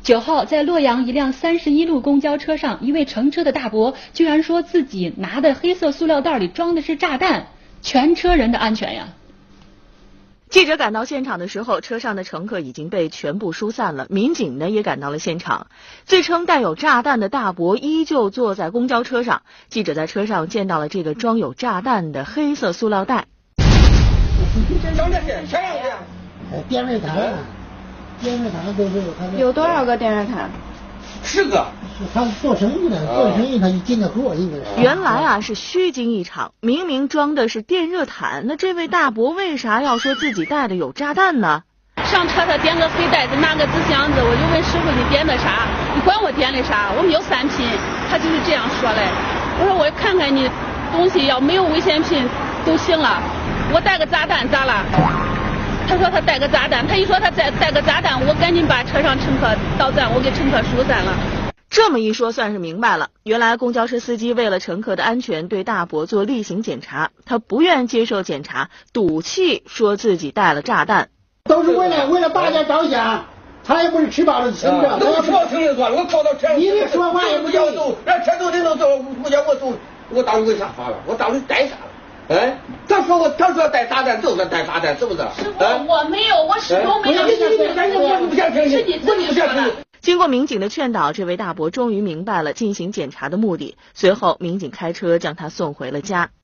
9号，在洛阳一辆31路公交车上，一位乘车的大伯居然说自己拿的黑色塑料袋里装的是炸弹，全车人的安全呀！ 记者赶到现场的时候，车上的乘客已经被全部疏散了。民警呢也赶到了现场，自称带有炸弹的大伯依旧坐在公交车上。记者在车上见到了这个装有炸弹的黑色塑料袋。 电热毯，电热毯都是有多少个电热毯 ？10个。 他做生意的，做生意他一进的货一个人。 原来啊是虚惊一场，明明装的是电热毯，那这位大伯为啥要说自己带的有炸弹呢？ 上车他点个黑袋子，拿个纸箱子，我就问师傅你点的啥？你管我点的啥？我没有3品，他就是这样说嘞。我说我看看你东西要没有危险品都行了，我带个炸弹咋了？他说他带个炸弹，他一说他带个炸弹，我赶紧把车上乘客到站，我给乘客疏散了。 这么一说算是明白了，原来公交车司机为了乘客的安全对大伯做例行检查，他不愿接受检查，赌气说自己带了炸弹， 都是为了大家着想，他也不是吃饱了撑着。 我吃饱撑着算了，我靠到车， 你这说话也不要走，让车都领导走，不叫我走，我当时为啥发了？我当时带啥了？哎，他说带炸弹，就是带炸弹，是不是？ 师傅，我没有，我始终没有。 我不想听， 是你自己说的。 经过民警的劝导，这位大伯终于明白了进行检查的目的。随后，民警开车将他送回了家。